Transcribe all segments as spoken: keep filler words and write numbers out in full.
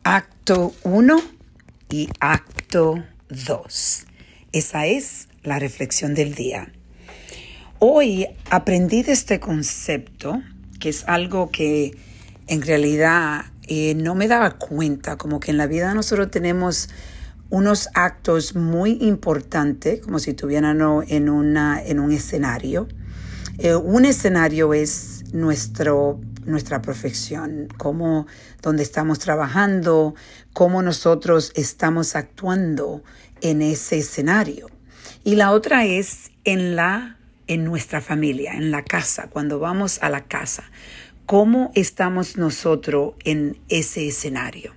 Acto uno y acto dos. Esa es la reflexión del día. Hoy aprendí de este concepto, que es algo que en realidad eh, no me daba cuenta, como que en la vida nosotros tenemos unos actos muy importantes, como si estuvieran en, una, en un escenario. Eh, un escenario es nuestro, nuestra profesión, cómo, donde estamos trabajando, cómo nosotros estamos actuando en ese escenario. Y la otra es en, la, en nuestra familia, en la casa, cuando vamos a la casa, cómo estamos nosotros en ese escenario.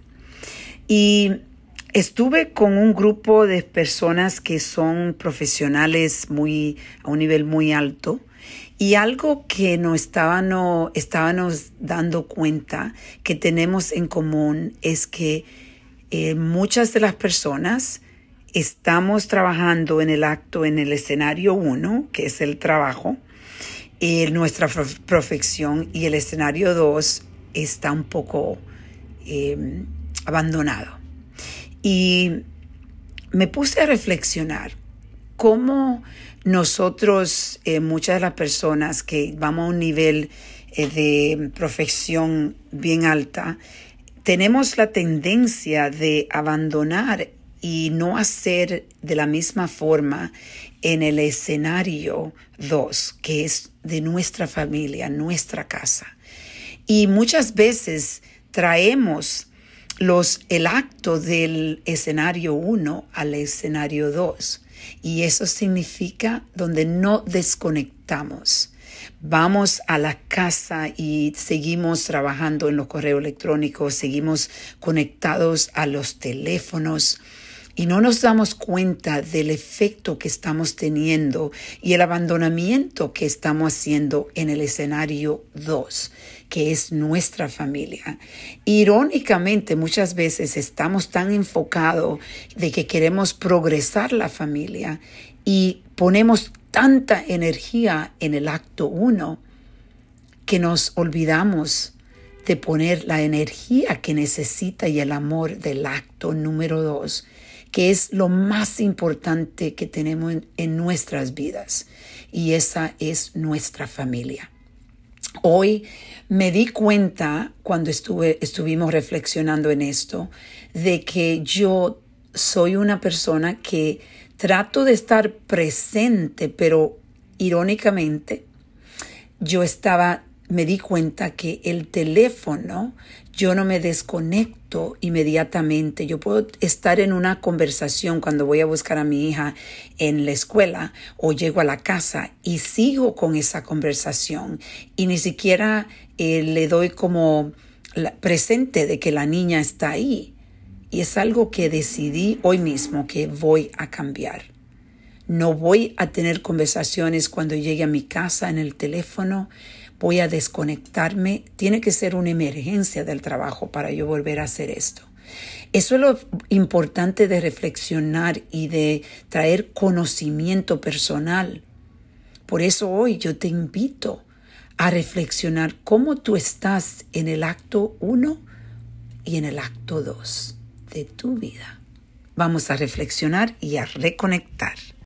Y estuve con un grupo de personas que son profesionales muy, a un nivel muy alto. Y algo que nos estábamos, estábamos dando cuenta que tenemos en común es que eh, muchas de las personas estamos trabajando en el acto, en el escenario uno, que es el trabajo, eh, nuestra prof- profesión, y el escenario dos está un poco eh, abandonado. Y me puse a reflexionar cómo nosotros, eh, muchas de las personas que vamos a un nivel eh, de profesión bien alta, tenemos la tendencia de abandonar y no hacer de la misma forma en el escenario dos, que es de nuestra familia, nuestra casa. Y muchas veces traemos los, el acto del escenario uno al escenario dos. Y eso significa donde no desconectamos. Vamos a la casa y seguimos trabajando en los correos electrónicos, seguimos conectados a los teléfonos y no nos damos cuenta del efecto que estamos teniendo y el abandonamiento que estamos haciendo en el escenario dos, que es nuestra familia. Irónicamente, muchas veces estamos tan enfocados de que queremos progresar la familia y ponemos tanta energía en el acto uno que nos olvidamos de poner la energía que necesita y el amor del acto número dos, que es lo más importante que tenemos en, en nuestras vidas, y esa es nuestra familia. Hoy me di cuenta, cuando estuve, estuvimos reflexionando en esto, de que yo soy una persona que trato de estar presente, pero irónicamente yo estaba, me di cuenta que el teléfono, yo no me desconecto inmediatamente. Yo puedo estar en una conversación cuando voy a buscar a mi hija en la escuela o llego a la casa y sigo con esa conversación y ni siquiera eh, le doy como la, presente de que la niña está ahí. Y es algo que decidí hoy mismo que voy a cambiar. No voy a tener conversaciones cuando llegue a mi casa en el teléfono. Voy a desconectarme. Tiene que ser una emergencia del trabajo para yo volver a hacer esto. Eso es lo importante de reflexionar y de traer conocimiento personal. Por eso hoy yo te invito a reflexionar cómo tú estás en el acto uno y en el acto dos de tu vida. Vamos a reflexionar y a reconectar.